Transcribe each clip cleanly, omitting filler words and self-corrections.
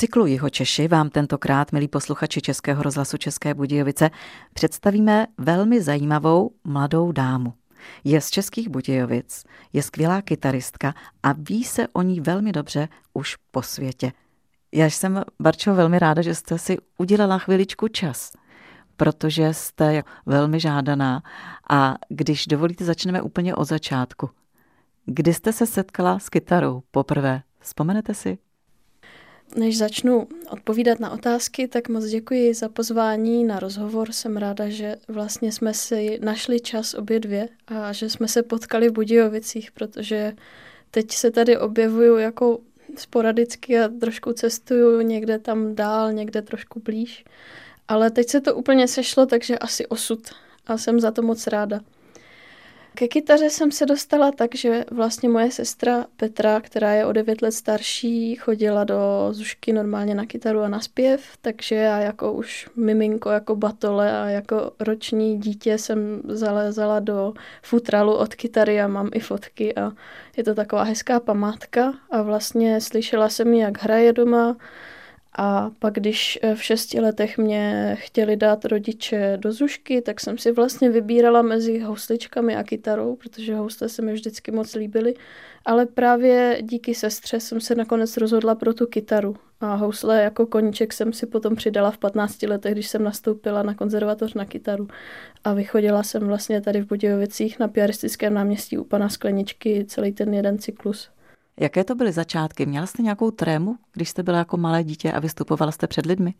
cyklu Jihočeši vám tentokrát, milí posluchači Českého rozhlasu České Budějovice, představíme velmi zajímavou mladou dámu. Je z Českých Budějovic, je skvělá kytaristka a ví se o ní velmi dobře už po světě. Já jsem, Barčo, velmi ráda, že jste si udělala chviličku čas, protože jste velmi žádaná a když dovolíte, začneme úplně od začátku. Kdy jste se setkala s kytarou poprvé? Vzpomenete si? Než začnu odpovídat na otázky, tak moc děkuji za pozvání na rozhovor. Jsem ráda, že vlastně jsme si našli čas obě dvě a že jsme se potkali v Budějovicích, protože teď se tady objevuju jako sporadicky a trošku cestuju někde tam dál, někde trošku blíž. Ale teď se to úplně sešlo, takže asi osud a jsem za to moc ráda. Ke kytaře jsem se dostala tak, že vlastně moje sestra Petra, která je o 9 let starší, chodila do Zušky normálně na kytaru a na zpěv, takže já jako už miminko, jako batole a jako roční dítě jsem zalézala do futralu od kytary a mám i fotky a je to taková hezká památka a vlastně slyšela jsem ji, jak hraje doma. A pak, když v 6 letech mě chtěli dát rodiče do Zušky, tak jsem si vlastně vybírala mezi housličkami a kytarou, protože housle se mi vždycky moc líbily. Ale právě díky sestře jsem se nakonec rozhodla pro tu kytaru. A housle jako koníček jsem si potom přidala v 15 letech, když jsem nastoupila na konzervatoř na kytaru. A vychodila jsem vlastně tady v Budějovicích na Piaristickém náměstí u pana Skleničky celý ten jeden cyklus. Jaké to byly začátky? Měla jste nějakou trému, když jste byla jako malé dítě a vystupovala jste před lidmi?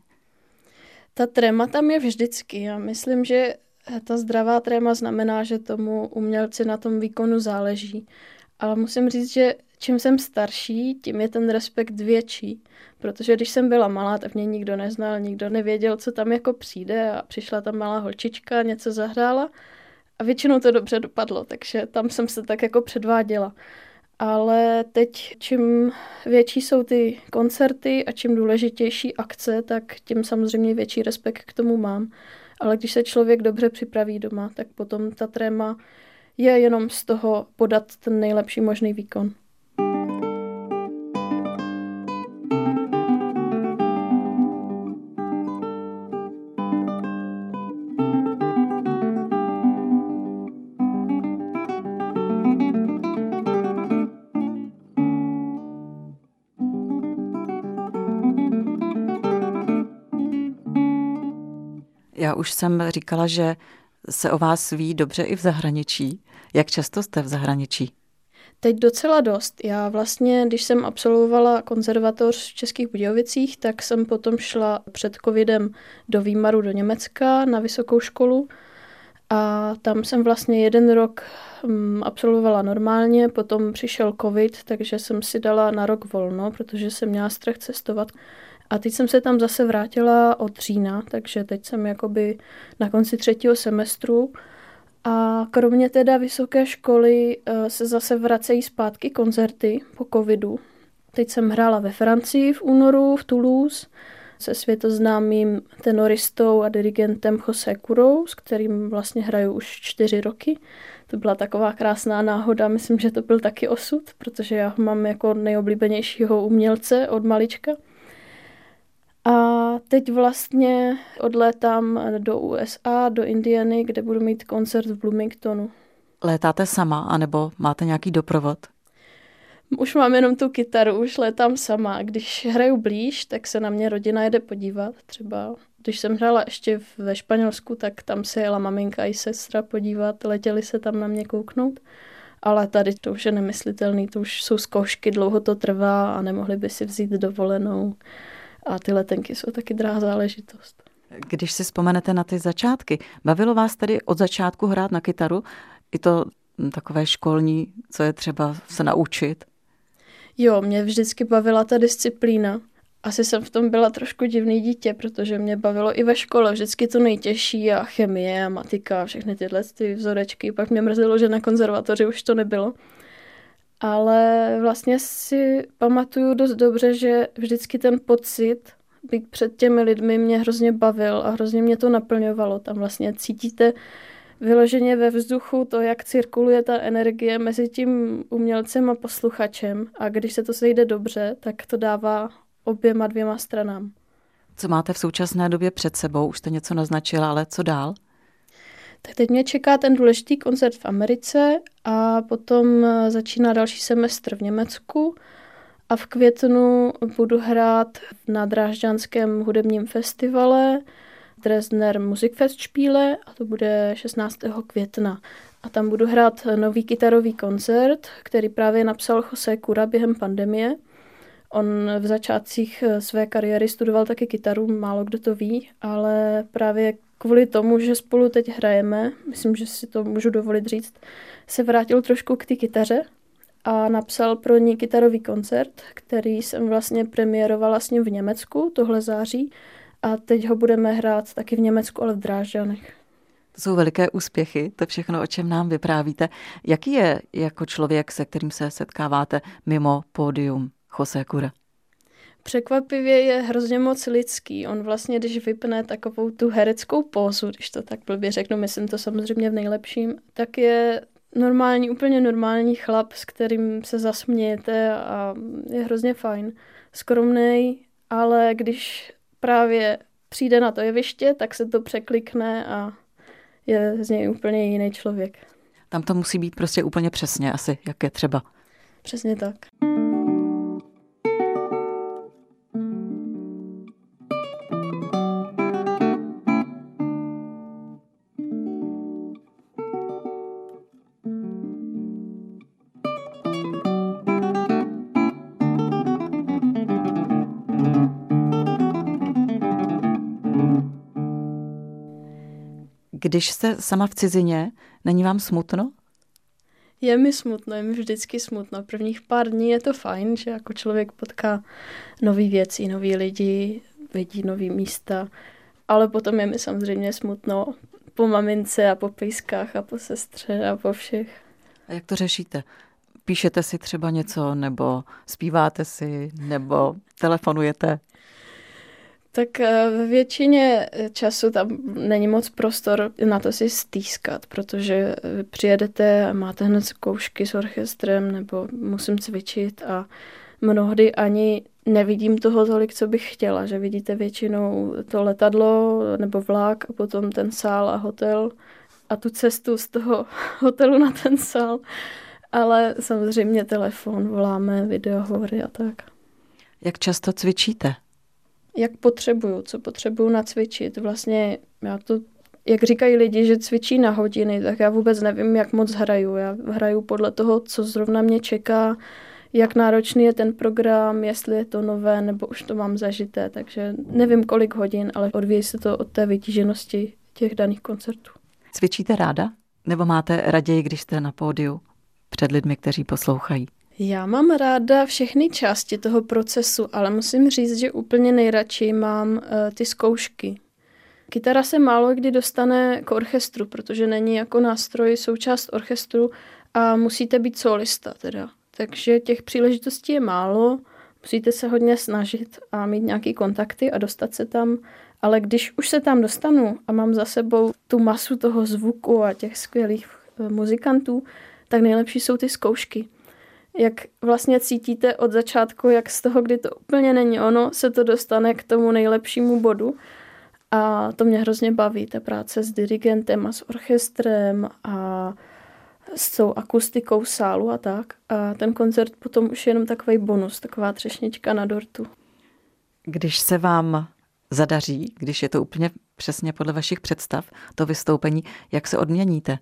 Ta tréma tam je vždycky. Já myslím, že ta zdravá tréma znamená, že tomu umělci na tom výkonu záleží. Ale musím říct, že čím jsem starší, tím je ten respekt větší. Protože když jsem byla malá, tak mě nikdo neznal, nikdo nevěděl, co tam jako přijde a přišla tam malá holčička, něco zahrála a většinou to dobře dopadlo, takže tam jsem se tak jako předváděla. Ale teď, čím větší jsou ty koncerty a čím důležitější akce, tak tím samozřejmě větší respekt k tomu mám. Ale když se člověk dobře připraví doma, tak potom ta tréma je jenom z toho podat ten nejlepší možný výkon. Já už jsem říkala, že se o vás ví dobře i v zahraničí. Jak často jste v zahraničí? Teď docela dost. Já vlastně, když jsem absolvovala konzervatoř v Českých Budějovicích, tak jsem potom šla před covidem do Výmaru do Německa na vysokou školu a tam jsem vlastně 1 rok absolvovala normálně, potom přišel covid, takže jsem si dala na rok volno, protože jsem měla strach cestovat. A teď jsem se tam zase vrátila od října, takže teď jsem jakoby na konci 3. semestru. A kromě teda vysoké školy se zase vracejí zpátky koncerty po covidu. Teď jsem hrála ve Francii v únoru v Toulouse se světoznámým tenoristou a dirigentem José Curou, s kterým vlastně hraju už 4 roky. To byla taková krásná náhoda, myslím, že to byl taky osud, protože já ho mám jako nejoblíbenějšího umělce od malička. A teď vlastně odlétám do USA, do Indiany, kde budu mít koncert v Bloomingtonu. Létáte sama, anebo máte nějaký doprovod? Už mám jenom tu kytaru, už létám sama. Když hraju blíž, tak se na mě rodina jede podívat. Třeba když jsem hrála ještě ve Španělsku, tak tam se jela maminka i sestra podívat, letěli se tam na mě kouknout. Ale tady to už je nemyslitelný, to už jsou zkoušky, dlouho to trvá a nemohli by si vzít dovolenou. A ty letenky jsou taky drahá záležitost. Když si vzpomenete na ty začátky, bavilo vás tedy od začátku hrát na kytaru? I to takové školní, co je třeba se naučit? Jo, mě vždycky bavila ta disciplína. Asi jsem v tom byla trošku divný dítě, protože mě bavilo i ve škole vždycky to nejtěžší a chemie a matika a všechny tyhle ty vzorečky. Pak mě mrzelo, že na konzervatoři už to nebylo. Ale vlastně si pamatuju dost dobře, že vždycky ten pocit být před těmi lidmi mě hrozně bavil a hrozně mě to naplňovalo. Tam vlastně cítíte vyloženě ve vzduchu to, jak cirkuluje ta energie mezi tím umělcem a posluchačem. A když se to sejde dobře, tak to dává oběma dvěma stranám. Co máte v současné době před sebou? Už jste něco naznačila, ale co dál? Tak teď mě čeká ten důležitý koncert v Americe a potom začíná další semestr v Německu a v květnu budu hrát na Drážďanském hudebním festivale Dresdner Musikfestspiele a to bude 16. května. A tam budu hrát nový kytarový koncert, který právě napsal José Cura během pandemie. On v začátcích své kariéry studoval taky kytaru, málo kdo to ví, ale právě kvůli tomu, že spolu teď hrajeme, myslím, že si to můžu dovolit říct, se vrátil trošku k té kytaře a napsal pro ní kytarový koncert, který jsem vlastně premiérovala s ním v Německu tohle září a teď ho budeme hrát taky v Německu, ale v Drážďanech. To jsou veliké úspěchy, to všechno, o čem nám vyprávíte. Jaký je jako člověk, se kterým se setkáváte mimo pódium José Cura? Překvapivě je hrozně moc lidský. On vlastně, když vypne takovou tu hereckou pózu, když to tak blbě řeknu, myslím to samozřejmě v nejlepším, tak je normální, úplně normální chlap, s kterým se zasmějete a je hrozně fajn. Skromnej, ale když právě přijde na to jeviště, tak se to překlikne a je z něj úplně jiný člověk. Tam to musí být prostě úplně přesně asi, jak je třeba. Přesně tak. Když jste sama v cizině, není vám smutno? Je mi smutno, je mi vždycky smutno. Prvních pár dní je to fajn, že jako člověk potká nový věci, nový lidi, vidí nový místa, ale potom je mi samozřejmě smutno po mamince a po pejskách a po sestře a po všech. A jak to řešíte? Píšete si třeba něco, nebo zpíváte si, nebo telefonujete? Tak ve většině času tam není moc prostor na to si stýskat, protože přijedete a máte hned zkoušky s orchestrem nebo musím cvičit a mnohdy ani nevidím toho tolik, co bych chtěla, že vidíte většinou to letadlo nebo vlak a potom ten sál a hotel a tu cestu z toho hotelu na ten sál, ale samozřejmě telefon, voláme, videohovory a tak. Jak často cvičíte? Jak potřebuju, co potřebuju nacvičit. Vlastně já to, jak říkají lidi, že cvičí na hodiny, tak já vůbec nevím, jak moc hraju. Já hraju podle toho, co zrovna mě čeká, jak náročný je ten program, jestli je to nové, nebo už to mám zažité. Takže nevím, kolik hodin, ale odvíjí se to od té vytíženosti těch daných koncertů. Cvičíte ráda? Nebo máte raději, když jste na pódiu před lidmi, kteří poslouchají? Já mám ráda všechny části toho procesu, ale musím říct, že úplně nejradši mám ty zkoušky. Kytara se málo kdy dostane k orchestru, protože není jako nástroj součást orchestru a musíte být solista teda. Takže těch příležitostí je málo, musíte se hodně snažit a mít nějaký kontakty a dostat se tam. Ale když už se tam dostanu a mám za sebou tu masu toho zvuku a těch skvělých muzikantů, tak nejlepší jsou ty zkoušky. Jak vlastně cítíte od začátku, jak z toho, kdy to úplně není ono, se to dostane k tomu nejlepšímu bodu. A to mě hrozně baví, ta práce s dirigentem a s orchestrem a s tou akustikou sálu a tak. A ten koncert potom už je jenom takový bonus, taková třešnička na dortu. Když se vám zadaří, když je to úplně přesně podle vašich představ, to vystoupení, jak se odměníte?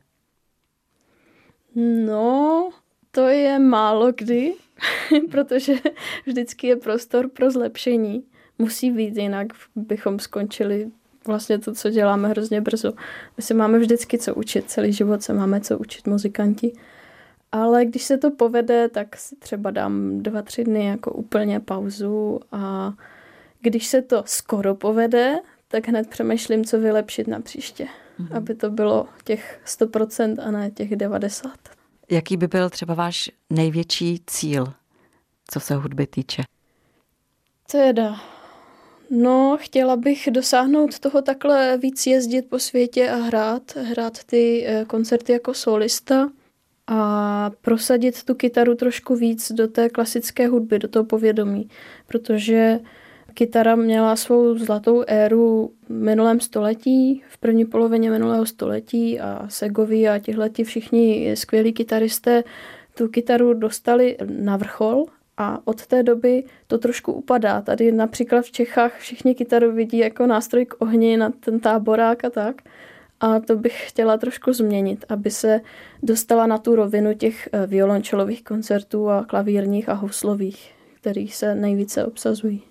No, to je málo kdy, protože vždycky je prostor pro zlepšení. Musí být, jinak bychom skončili vlastně to, co děláme hrozně brzo. My se máme vždycky co učit, celý život se máme co učit muzikanti. Ale když se to povede, tak si třeba dám 2-3 dny jako úplně pauzu a když se to skoro povede, tak hned přemýšlím, co vylepšit na příště, aby to bylo těch 100% a ne těch 90%. Jaký by byl třeba váš největší cíl, co se hudby týče? Teda, no, chtěla bych dosáhnout toho takhle víc jezdit po světě a hrát ty koncerty jako solista a prosadit tu kytaru trošku víc do té klasické hudby, do toho povědomí, protože kytara měla svou zlatou éru v minulém století, v první polovině minulého století a Segovi a tihleti všichni skvělí kytaristé tu kytaru dostali na vrchol a od té doby to trošku upadá. Tady například v Čechách všichni kytaru vidí jako nástroj k ohni na ten táborák a tak. A to bych chtěla trošku změnit, aby se dostala na tu rovinu těch violončelových koncertů a klavírních a houslových, kterých se nejvíce obsazují.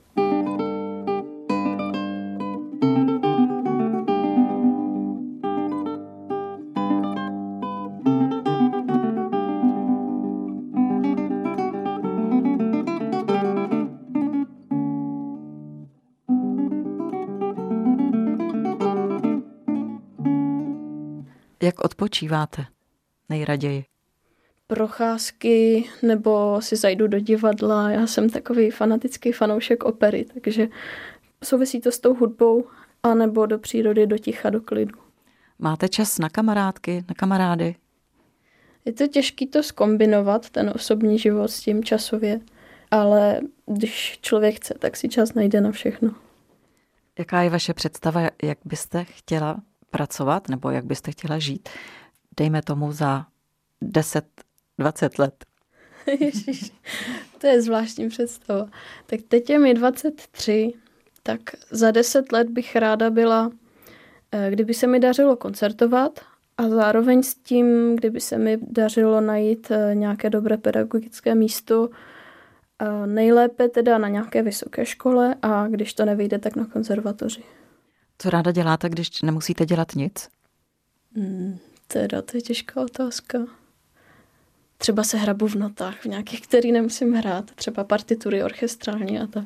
Jak odpočíváte nejraději? Procházky nebo si zajdu do divadla. Já jsem takový fanatický fanoušek opery, takže souvisí to s tou hudbou a nebo do přírody, do ticha, do klidu. Máte čas na kamarádky, na kamarády? Je to těžké to zkombinovat, ten osobní život s tím časově, ale když člověk chce, tak si čas najde na všechno. Jaká je vaše představa, jak byste chtěla pracovat nebo jak byste chtěla žít, dejme tomu za 10-20 let? Ježiš, to je zvláštní představa. Tak teď je mi 23, tak za 10 let bych ráda byla, kdyby se mi dařilo koncertovat a zároveň s tím, kdyby se mi dařilo najít nějaké dobré pedagogické místo, nejlépe teda na nějaké vysoké škole a když to nevyjde, tak na konzervatoři. Co ráda děláte, když nemusíte dělat nic? Teda, to je těžká otázka. Třeba se hrabu v notách, v nějakých, který nemusím hrát. Třeba partitury orchestrální a tak.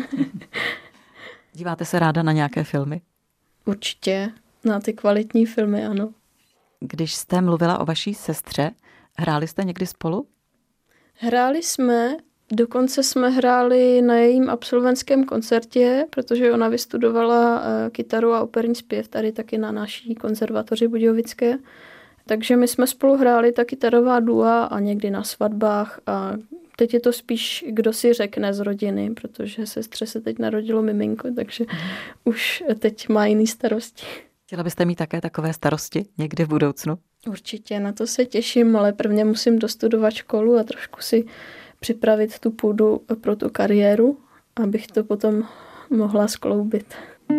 Díváte se ráda na nějaké filmy? Určitě. Na ty kvalitní filmy, ano. Když jste mluvila o vaší sestře, hráli jste někdy spolu? Hráli jsme, dokonce jsme hráli na jejím absolventském koncertě, protože ona vystudovala kytaru a operní zpěv tady taky na naší konzervatoři budějovické. Takže my jsme spolu hráli ta kytarová dua a někdy na svatbách a teď je to spíš, kdo si řekne z rodiny, protože sestře se teď narodilo miminko, takže už teď má jiný starosti. Chtěla byste mít také takové starosti někdy v budoucnu? Určitě, na to se těším, ale prvně musím dostudovat školu a trošku si připravit tu půdu pro tu kariéru, abych to potom mohla skloubit.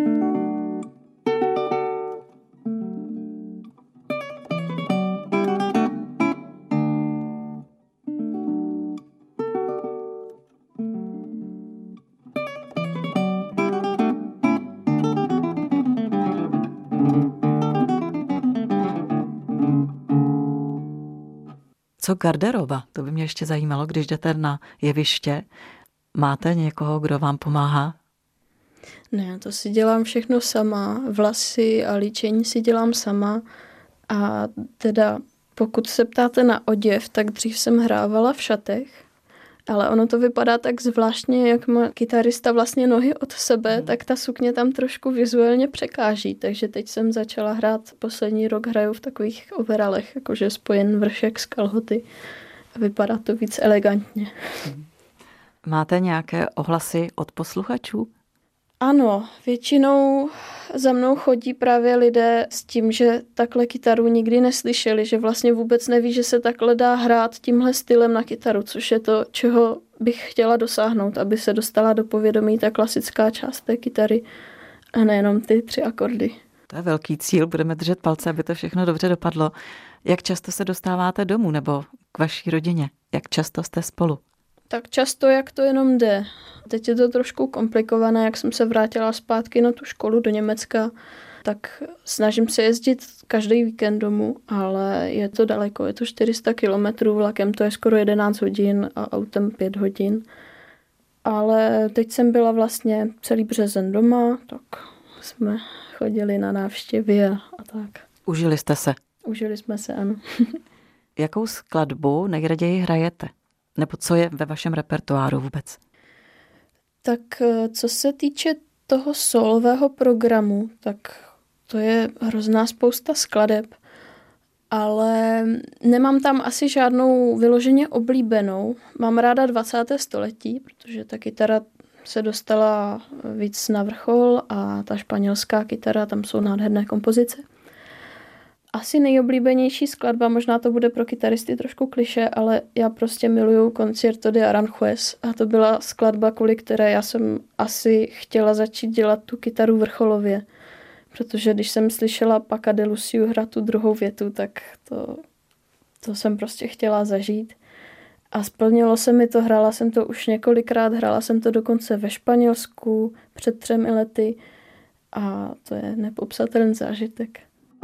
Co garderoba? To by mě ještě zajímalo, když jdete na jeviště. Máte někoho, kdo vám pomáhá? Ne, to si dělám všechno sama. Vlasy a líčení si dělám sama. A teda pokud se ptáte na oděv, tak dřív jsem hrávala v šatech. Ale ono to vypadá tak zvláštně, jak má kytarista vlastně nohy od sebe, tak ta sukně tam trošku vizuálně překáží. Takže teď jsem začala hrát, poslední rok hraju v takových overalech, jakože spojen vršek z kalhoty. A vypadá to víc elegantně. Máte nějaké ohlasy od posluchačů? Ano, většinou za mnou chodí právě lidé s tím, že takhle kytaru nikdy neslyšeli, že vlastně vůbec neví, že se takhle dá hrát tímhle stylem na kytaru, což je to, čeho bych chtěla dosáhnout, aby se dostala do povědomí ta klasická část té kytary a nejenom ty 3 akordy. To je velký cíl, budeme držet palce, aby to všechno dobře dopadlo. Jak často se dostáváte domů nebo k vaší rodině? Jak často jste spolu? Tak často, jak to jenom jde. Teď je to trošku komplikované, jak jsem se vrátila zpátky na tu školu do Německa, tak snažím se jezdit každý víkend domů, ale je to daleko, je to 400 kilometrů, vlakem to je skoro 11 hodin a autem 5 hodin. Ale teď jsem byla vlastně celý březen doma, tak jsme chodili na návštěvy a tak. Užili jste se? Užili jsme se, ano. Jakou skladbu nejraději hrajete? Nebo co je ve vašem repertoáru vůbec? Tak co se týče toho solového programu, tak to je hrozná spousta skladeb. ale nemám tam asi žádnou vyloženě oblíbenou. Mám ráda 20. století, protože ta kytara se dostala víc na vrchol a ta španělská kytara, tam jsou nádherné kompozice. Asi nejoblíbenější skladba, možná to bude pro kytaristy trošku klišé, ale já prostě miluju Concierto de Aranjuez a to byla skladba, kvůli které já jsem asi chtěla začít dělat tu kytaru vrcholově. Protože když jsem slyšela Paca de Luciu hrát tu druhou větu, tak to jsem prostě chtěla zažít. A splnilo se mi to, hrála jsem to už několikrát, hrála jsem to dokonce ve Španělsku před 3 lety a to je nepopsatelný zážitek.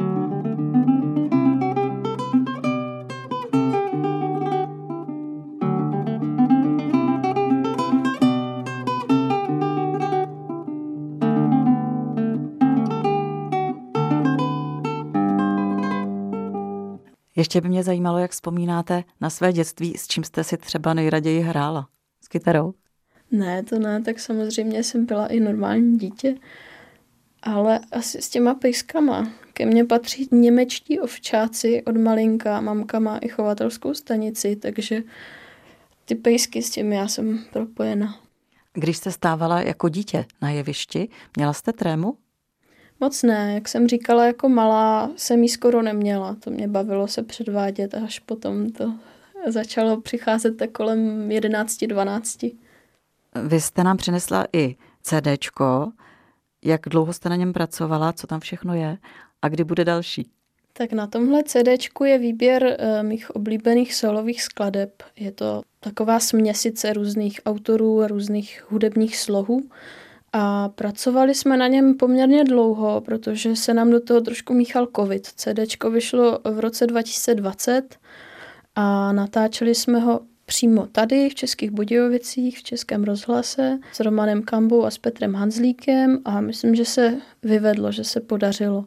Ještě by mě zajímalo, jak vzpomínáte na své dětství, s čím jste si třeba nejraději hrála? S kytarou? Ne, to ne, tak samozřejmě jsem byla i normální dítě, ale asi s těma pejskama. Ke mně patří němečtí ovčáci od malinka, mamka má i chovatelskou stanici, takže ty pejsky, s těmi já jsem propojena. Když jste stávala jako dítě na jevišti, měla jste trému? Moc ne, jak jsem říkala, jako malá jsem jí skoro neměla. To mě bavilo se předvádět, až potom to začalo přicházet tak kolem 11-12. Vy jste nám přinesla i CDčko. Jak dlouho jste na něm pracovala, co tam všechno je a kdy bude další? Tak na tomhle CDčku je výběr mých oblíbených solových skladeb. Je to taková směsice různých autorů a různých hudebních slohů. A pracovali jsme na něm poměrně dlouho, protože se nám do toho trošku míchal covid. CDčko vyšlo v roce 2020 a natáčeli jsme ho přímo tady v Českých Budějovicích, v Českém rozhlase s Romanem Kambou a s Petrem Hanzlíkem a myslím, že se vyvedlo, že se podařilo.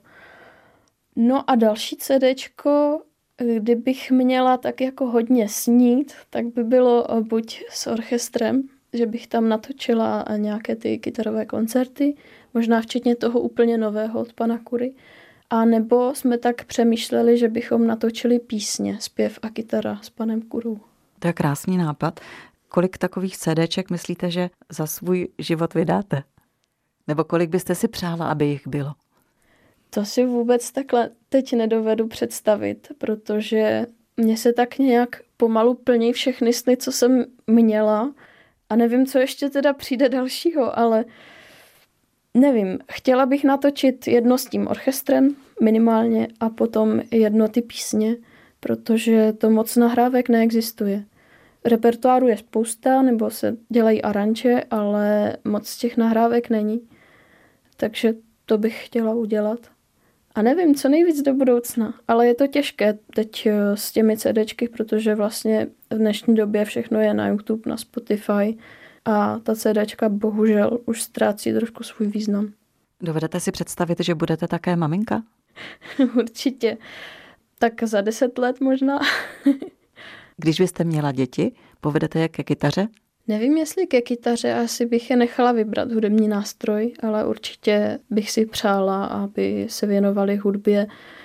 No a další CDčko, kdybych měla tak jako hodně snít, tak by bylo buď s orchestrem, že bych tam natočila nějaké ty kytarové koncerty, možná včetně toho úplně nového od pana Kury. A nebo jsme tak přemýšleli, že bychom natočili písně, zpěv a kytara s panem Kurou. To je krásný nápad. Kolik takových CDček myslíte, že za svůj život vydáte? Nebo kolik byste si přála, aby jich bylo? To si vůbec takhle teď nedovedu představit, protože mně se tak nějak pomalu plní všechny sny, co jsem měla. A nevím, co ještě teda přijde dalšího, ale nevím. Chtěla bych natočit jedno s tím orchestrem minimálně a potom jedno ty písně, protože to moc nahrávek neexistuje. Repertoáru je spousta, nebo se dělají aranže, ale moc těch nahrávek není. Takže to bych chtěla udělat. A nevím, co nejvíc do budoucna, ale je to těžké teď s těmi CDčky, protože vlastně v dnešní době všechno je na YouTube, na Spotify a ta CDčka bohužel už ztrácí trošku svůj význam. Dovedete si představit, že budete také maminka? Určitě. Tak za 10 let možná. Když byste měla děti, povedete je ke kytaře? Nevím, jestli ke kytaře, asi bych je nechala vybrat hudební nástroj, ale určitě bych si přála, aby se věnovali hudbě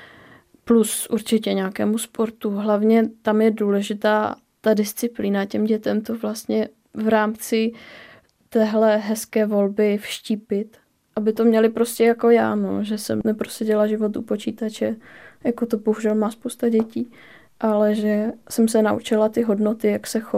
plus určitě nějakému sportu. Hlavně tam je důležitá ta disciplína těm dětem, to vlastně v rámci téhle hezké volby vštípit, aby to měli prostě jako já, no, že jsem neproseděla život u počítače, jako to bohužel má spousta dětí, ale že jsem se naučila ty hodnoty, jak se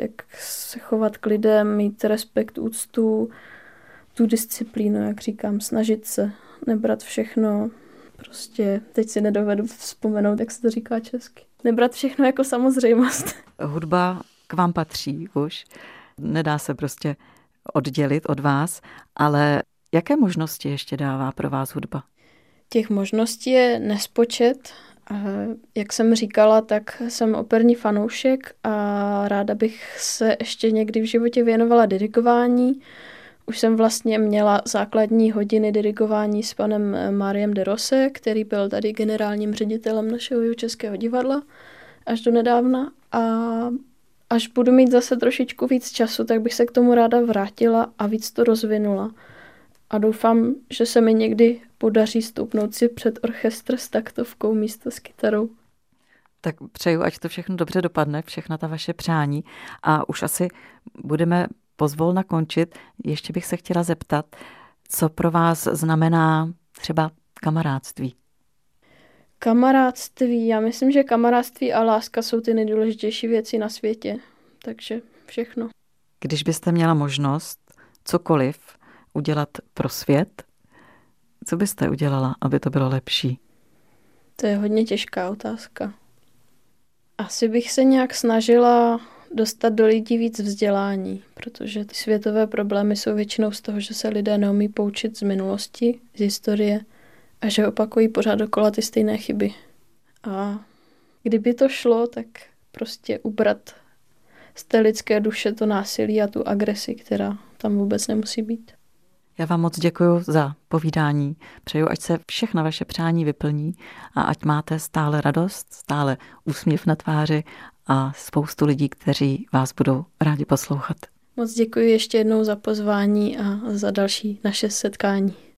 chovat k lidem, mít respekt, úctu, tu disciplínu, jak říkám, snažit se, nebrat všechno, prostě teď si nedovedu vzpomenout, jak se to říká česky. Nebrat všechno jako samozřejmost. Hudba k vám patří už, nedá se prostě oddělit od vás, ale jaké možnosti ještě dává pro vás hudba? Těch možností je nespočet. Jak jsem říkala, tak jsem operní fanoušek a ráda bych se ještě někdy v životě věnovala dirigování. Už jsem vlastně měla základní hodiny dirigování s panem Máriem de Rose, který byl tady generálním ředitelem našeho Jihočeského divadla až do nedávna. A až budu mít zase trošičku víc času, tak bych se k tomu ráda vrátila a víc to rozvinula. A doufám, že se mi někdy podaří stoupnout si před orchestr s taktovkou místo s kytarou. Tak přeju, ať to všechno dobře dopadne, všechna ta vaše přání. A už asi budeme pozvolna končit. Ještě bych se chtěla zeptat, co pro vás znamená třeba kamarádství? Kamarádství. Já myslím, že kamarádství a láska jsou ty nejdůležitější věci na světě. Takže všechno. Když byste měla možnost cokoliv udělat pro svět, co byste udělala, aby to bylo lepší? To je hodně těžká otázka. Asi bych se nějak snažila dostat do lidí víc vzdělání, protože ty světové problémy jsou většinou z toho, že se lidé neumí poučit z minulosti, z historie a že opakují pořád dokola ty stejné chyby. A kdyby to šlo, tak prostě ubrat z té lidské duše to násilí a tu agresi, která tam vůbec nemusí být. Já vám moc děkuji za povídání. Přeju, ať se všechna vaše přání vyplní a ať máte stále radost, stále úsměv na tváři a spoustu lidí, kteří vás budou rádi poslouchat. Moc děkuji ještě jednou za pozvání a za další naše setkání.